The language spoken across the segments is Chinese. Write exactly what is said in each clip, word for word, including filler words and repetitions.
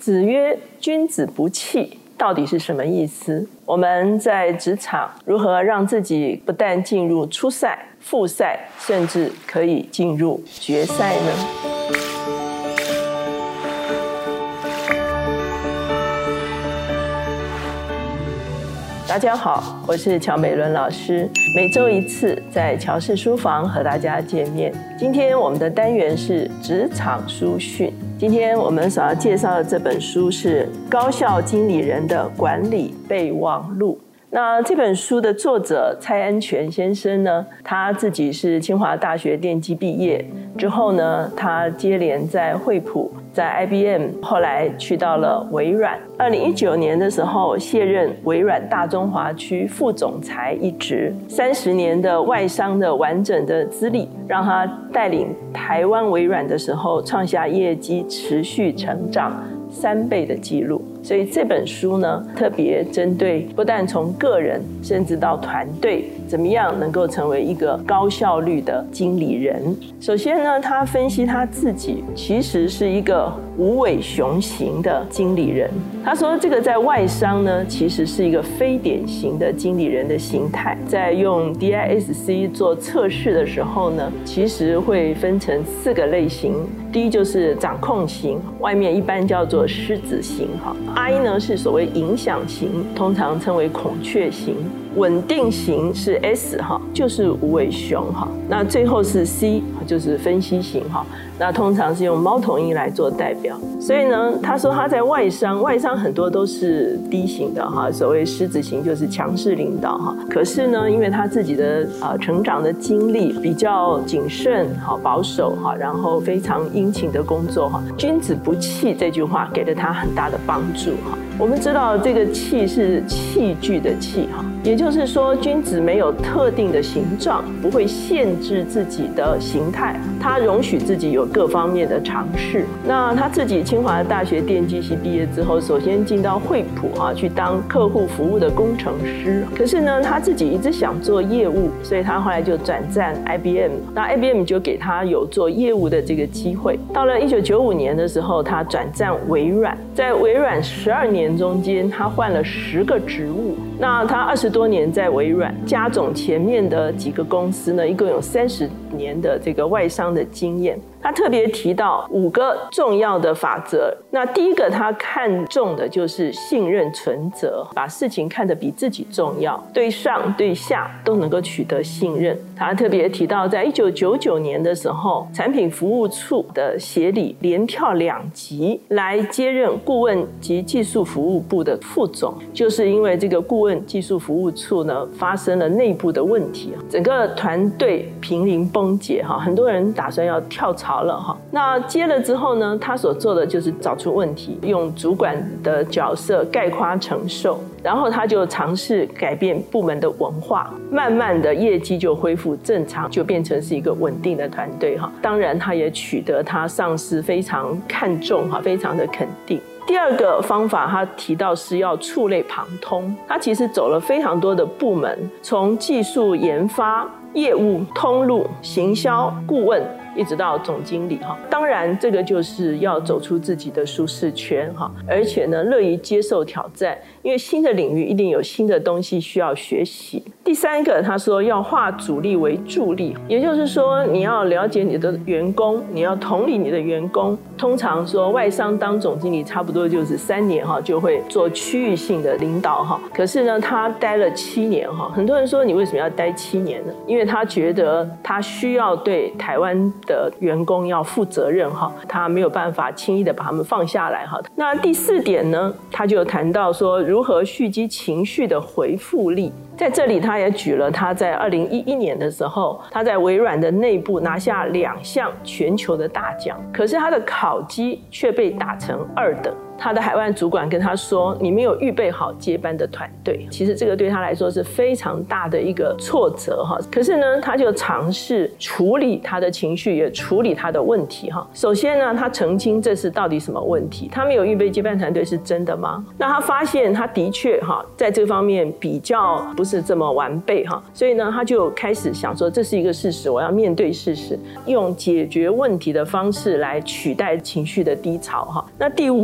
子曰：君子不器，到底是什么意思？我们在职场如何让自己不但进入初赛、复赛，甚至可以进入决赛呢？大家好，我是乔美伦老师，每周一次在乔氏书房和大家见面。今天我们的单元是职场书讯。今天我们所要介绍的这本书是《高效经理人的管理备忘录》。那这本书的作者蔡安全先生呢，他自己是清华大学电机毕业之后呢，他接连在惠普、在 I B M， 后来去到了微软。二零一九年的时候卸任微软大中华区副总裁一职，三十年的外商的完整的资历，让他带领台湾微软的时候创下业绩持续成长三倍的记录。所以这本书呢，特别针对不但从个人甚至到团队，怎么样能够成为一个高效率的经理人。首先呢，他分析他自己其实是一个无尾熊型的经理人。他说这个在外商呢，其实是一个非典型的经理人的形态。在用 D I S C 做测试的时候呢，其实会分成四个类型。第一就是掌控型，外面一般叫做狮子型。I 呢是所谓影响型，通常称为孔雀型。稳定型是 S 哈，就是无尾熊哈。那最后是 C， 就是分析型哈。那通常是用猫头鹰来做代表。所以呢，他说他在外商，外商很多都是 D 型的哈，所谓狮子型就是强势领导哈。可是呢，因为他自己的呃成长的经历比较谨慎哈、保守哈，然后非常殷勤的工作哈，君子不器这句话给了他很大的帮助哈。我们知道这个器是器具的器哈，也就是说君子没有特定的形状，不会限制自己的形态，他容许自己有各方面的尝试。那他自己清华大学电机系毕业之后，首先进到惠普啊去当客户服务的工程师。可是呢，他自己一直想做业务，所以他后来就转战 I B M。那 I B M 就给他有做业务的这个机会。到了一九九五年的时候，他转战微软，在微软十二年中间，他换了十个职务。那他二十多年在微软，加总前面的几个公司呢，一共有三十年的这个外商的经验。他特别提到五个重要的法则。那第一个他看重的就是信任存折，把事情看得比自己重要，对上对下都能够取得信任。他特别提到在一九九九年的时候，产品服务处的协理连跳两级来接任顾问及技术服务部的副总，就是因为这个顾问技术服务处呢发生了内部的问题，整个团队濒临崩解，很多人打算要跳槽了哈。那接了之后呢，他所做的就是找出问题，用主管的角色概括承受，然后他就尝试改变部门的文化，慢慢的业绩就恢复正常，就变成是一个稳定的团队哈。当然他也取得他上司非常看重哈，非常的肯定。第二个方法他提到是要触类旁通，他其实走了非常多的部门，从技术研发、业务、通路、行销、顾问一直到总经理哈。当然这个就是要走出自己的舒适圈哈，而且呢乐于接受挑战，因为新的领域一定有新的东西需要学习。第三个他说要化主力为助力，也就是说你要了解你的员工，你要同理你的员工。通常说外商当总经理差不多就是三年哈，就会做区域性的领导哈。可是呢他待了七年哈，很多人说你为什么要待七年呢？因为他觉得他需要对台湾的员工要负责任哈，他没有办法轻易的把他们放下来哈。那第四点呢，他就谈到说如何蓄积情绪的回复力。在这里他也举了他在二零一一年的时候，他在微软的内部拿下两项全球的大奖，可是他的考绩却被打成二等。他的海外主管跟他说，你没有预备好接班的团队。其实这个对他来说是非常大的一个挫折哈。可是呢他就尝试处理他的情绪，也处理他的问题哈。首先呢他澄清这是到底什么问题，他没有预备接班团队是真的吗？那他发现他的确哈在这方面比较不是这么完备哈，所以呢他就开始想说这是一个事实，我要面对事实，用解决问题的方式来取代情绪的低潮哈。那第五个重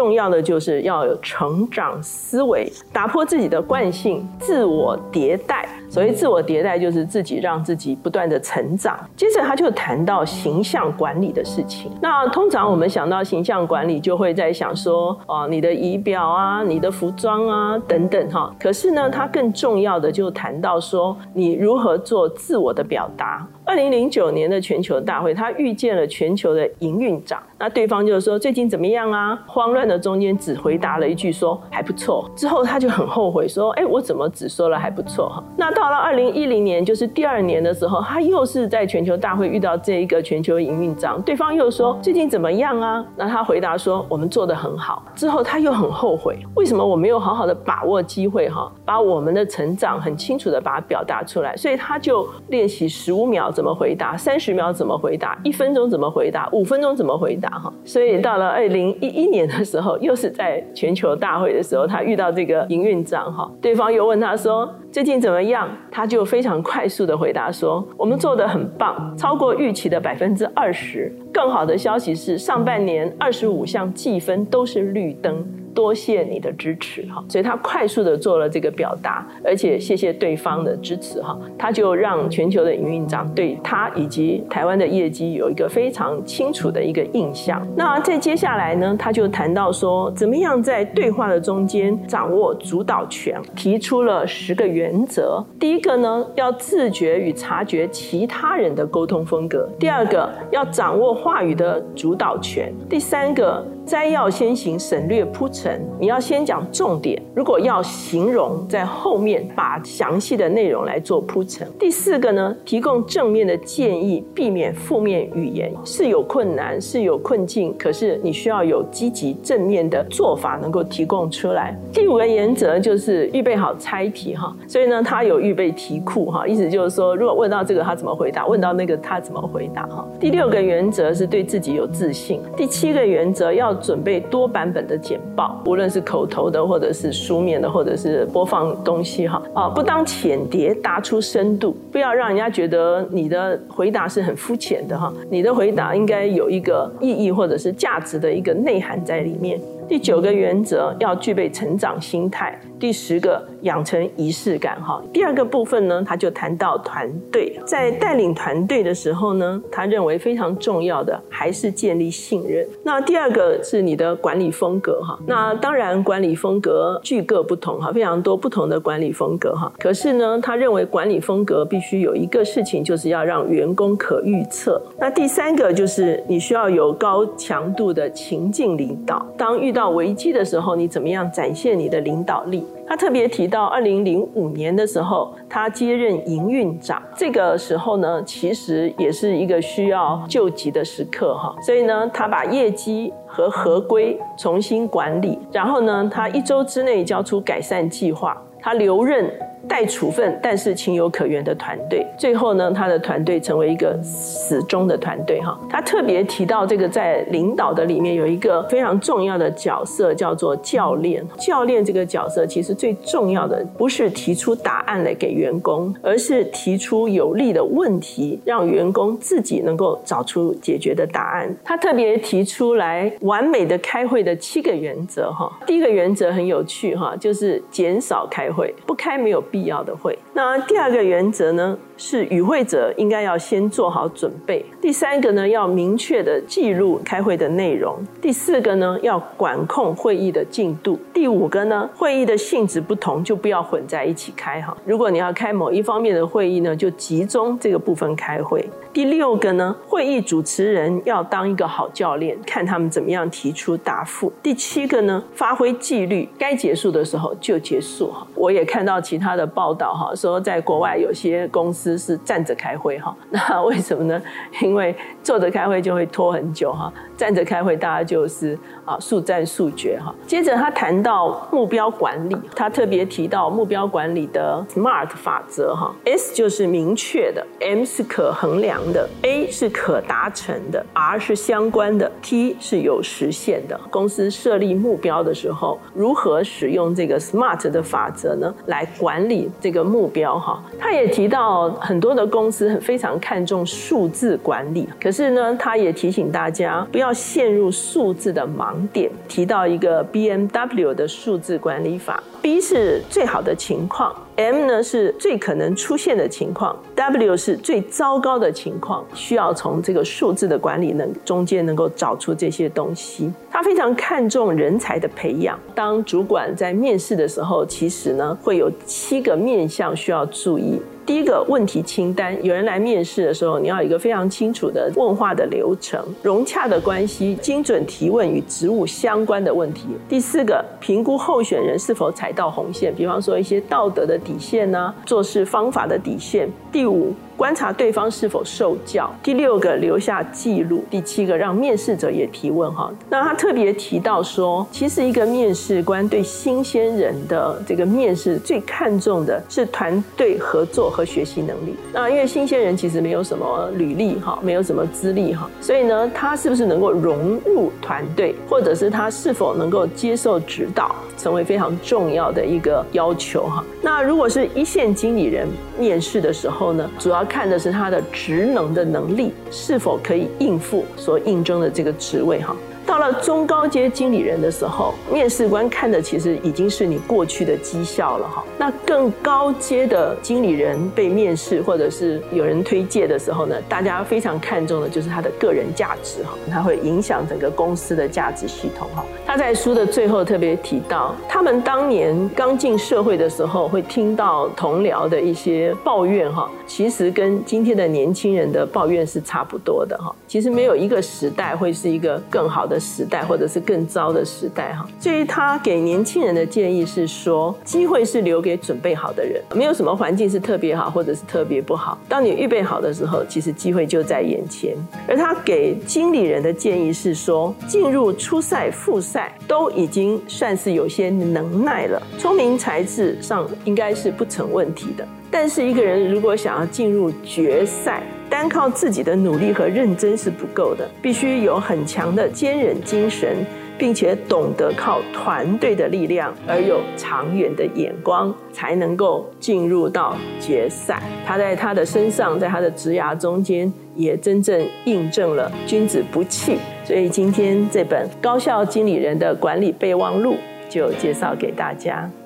重要的就是要有成长思维，打破自己的惯性，自我迭代。所谓自我迭代，就是自己让自己不断的成长。接着他就谈到形象管理的事情。那通常我们想到形象管理，就会在想说，哦，你的仪表啊，你的服装啊等等哈。可是呢，他更重要的就谈到说，你如何做自我的表达。二零零九年的全球大会，他遇见了全球的营运长，那对方就是说最近怎么样啊？慌乱的中间只回答了一句说还不错，之后他就很后悔说，哎，我怎么只说了还不错哈？那到了二零一零年，就是第二年的时候，他又是在全球大会遇到这一个全球营运长，对方又说最近怎么样啊？那他回答说我们做得很好。之后他又很后悔，为什么我没有好好的把握机会哈，把我们的成长很清楚的把它表达出来？所以他就练习十五秒怎么回答，三十秒怎么回答，一分钟怎么回答，五分钟怎么回答哈。所以到了二零一一年的时候，又是在全球大会的时候，他遇到这个营运长哈，对方又问他说最近怎么样？他就非常快速的回答说我们做得很棒，超过预期的百分之二十。更好的消息是上半年二十五项计分都是绿灯，多谢你的支持哈。所以他快速的做了这个表达，而且谢谢对方的支持哈，他就让全球的营运长对他以及台湾的业绩有一个非常清楚的一个印象。那在接下来呢，他就谈到说怎么样在对话的中间掌握主导权，提出了十个原则。第一个呢，要自觉与察觉其他人的沟通风格；第二个，要掌握话语的主导权；第三个，摘要先行，省略铺陈，你要先讲重点，如果要形容，在后面把详细的内容来做铺陈。第四个呢，提供正面的建议，避免负面语言。是有困难，是有困境，可是你需要有积极正面的做法能够提供出来。第五个原则就是预备好猜题哈，所以呢，他有预备题库哈，意思就是说，如果问到这个他怎么回答，问到那个他怎么回答哈。第六个原则是对自己有自信。第七个原则要准备多版本的简报，无论是口头的，或者是书面的，或者是播放东西哈啊，不当浅碟，答出深度，不要让人家觉得你的回答是很肤浅的哈，你的回答应该有一个意义或者是价值的一个内涵在里面。第九个原则要具备成长心态。第十个养成仪式感哈。第二个部分呢，他就谈到团队，在带领团队的时候呢，他认为非常重要的还是建立信任。那第二个是你的管理风格哈。那当然管理风格具各不同哈，非常多不同的管理风格哈。可是呢，他认为管理风格必须有一个事情，就是要让员工可预测。那第三个就是你需要有高强度的情境领导，当遇到危机的时候，你怎么样展现你的领导力。他特别提到二零零五年的时候，他接任营运长，这个时候呢，其实也是一个需要救急的时刻哈。所以呢，他把业绩和合规重新管理，然后呢，他一周之内交出改善计划，他留任待处分但是情有可原的团队，最后呢，他的团队成为一个死忠的团队哈。他特别提到这个在领导的里面有一个非常重要的角色，叫做教练。教练这个角色其实最重要的不是提出答案来给员工，而是提出有利的问题，让员工自己能够找出解决的答案。他特别提出来完美的开会的七个原则哈。第一个原则很有趣哈，就是减少开会，不开没有必要的会。那第二个原则呢，是与会者应该要先做好准备。第三个呢，要明确的记录开会的内容。第四个呢，要管控会议的进度。第五个呢，会议的性质不同就不要混在一起开哈。如果你要开某一方面的会议呢，就集中这个部分开会。第六个呢，会议主持人要当一个好教练，看他们怎么样提出答复。第七个呢，发挥纪律，该结束的时候就结束哈。我也看到其他的报道哈，说在国外有些公司是站着开会哈，那为什么呢？因为坐着开会就会拖很久哈，站着开会大家就是啊速战速决哈。接着他谈到目标管理，他特别提到目标管理的 SMART 法则哈 ，S 就是明确的 ，M 是可衡量的 ，A 是可达成的 ，R 是相关的 ，T 是有实现的。公司设立目标的时候，如何使用这个 SMART 的法则呢，来管管理这个目标哈，他也提到很多的公司非常看重数字管理，可是呢，他也提醒大家不要陷入数字的盲点，提到一个 B M W 的数字管理法。B 是最好的情况， M 呢是最可能出现的情况， W 是最糟糕的情况，需要从这个数字的管理能中间能够找出这些东西。他非常看重人才的培养，当主管在面试的时候，其实呢会有七个面向需要注意。第一个，问题清单，有人来面试的时候，你要有一个非常清楚的问话的流程，融洽的关系，精准提问与职务相关的问题。第四个，评估候选人是否踩到红线，比方说一些道德的底线啊，做事方法的底线。第五，观察对方是否受教。第六个，留下记录。第七个，让面试者也提问哈。那他特别提到说，其实一个面试官对新鲜人的这个面试最看重的是团队合作和学习能力。那因为新鲜人其实没有什么履历哈，没有什么资历哈，所以呢，他是不是能够融入团队，或者是他是否能够接受指导，成为非常重要的一个要求哈。那如果是一线经理人面试的时候呢，主要看的是他的职能的能力是否可以应付所应征的这个职位哈。到了中高阶经理人的时候，面试官看的其实已经是你过去的绩效了哈。那更高阶的经理人被面试或者是有人推荐的时候呢，大家非常看重的就是他的个人价值哈，他会影响整个公司的价值系统哈。他在书的最后特别提到，他们当年刚进社会的时候会听到同僚的一些抱怨哈，其实跟今天的年轻人的抱怨是差不多的哈。其实没有一个时代会是一个更好的时代，或者是更糟的时代哈。所以他给年轻人的建议是说，机会是留给准备好的人，没有什么环境是特别好或者是特别不好，当你预备好的时候，其实机会就在眼前。而他给经理人的建议是说，进入初赛复赛都已经算是有些能耐了，聪明才智上应该是不成问题的。但是一个人如果想要进入决赛，单靠自己的努力和认真是不够的，必须有很强的坚韧精神，并且懂得靠团队的力量，而有长远的眼光，才能够进入到决赛。他在他的身上，在他的职涯中间，也真正印证了君子不器。所以今天这本高效经理人的管理备忘录就介绍给大家。